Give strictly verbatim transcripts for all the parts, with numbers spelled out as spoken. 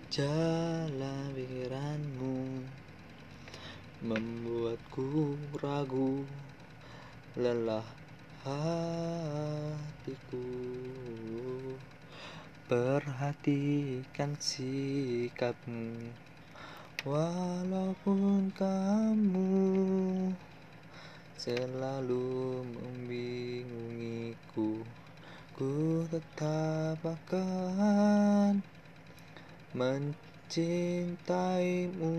Jalan pikiranmu membuatku ragu, lelah hatiku. Perhatikan sikapmu, walaupun kamu selalu membingungku, ku tetap akan mencintaimu.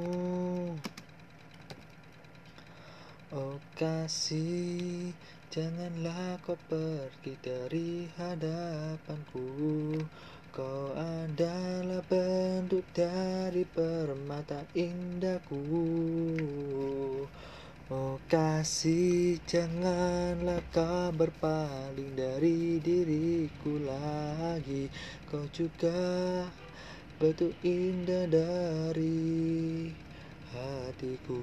Oh kasih, janganlah kau pergi dari hadapanku. Kau adalah bentuk dari permata indahku. Oh kasih, janganlah kau berpaling dari diriku lagi. Kau juga bentuk indah dari hatiku.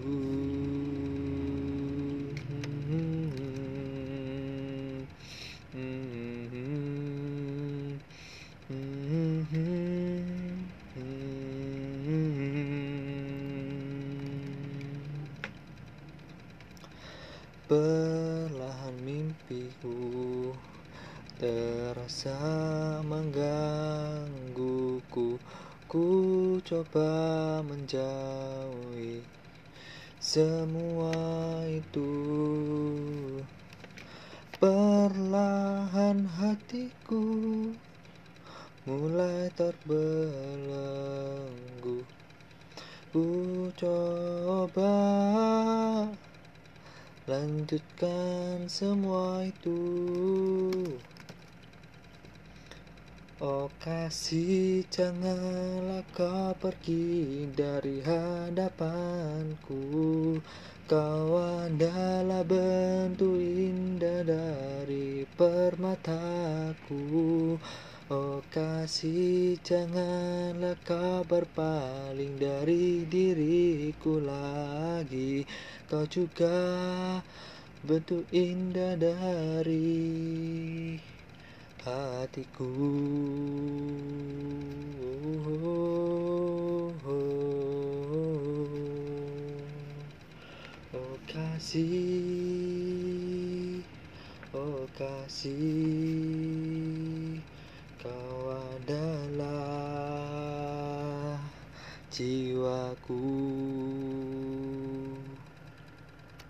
Perlahan mimpiku terasa menggangguku. Ku coba menjauhi semua itu. Perlahan hatiku mulai terbelenggu. Ku coba lanjutkan semua itu. Oh kasih, janganlah kau pergi dari hadapanku. Kau adalah bentuk indah dari permataku. Oh kasih, janganlah kau berpaling dari diriku lagi. Kau juga bentuk indah dari hatiku. Oh kasih, oh kasih, kau adalah jiwaku.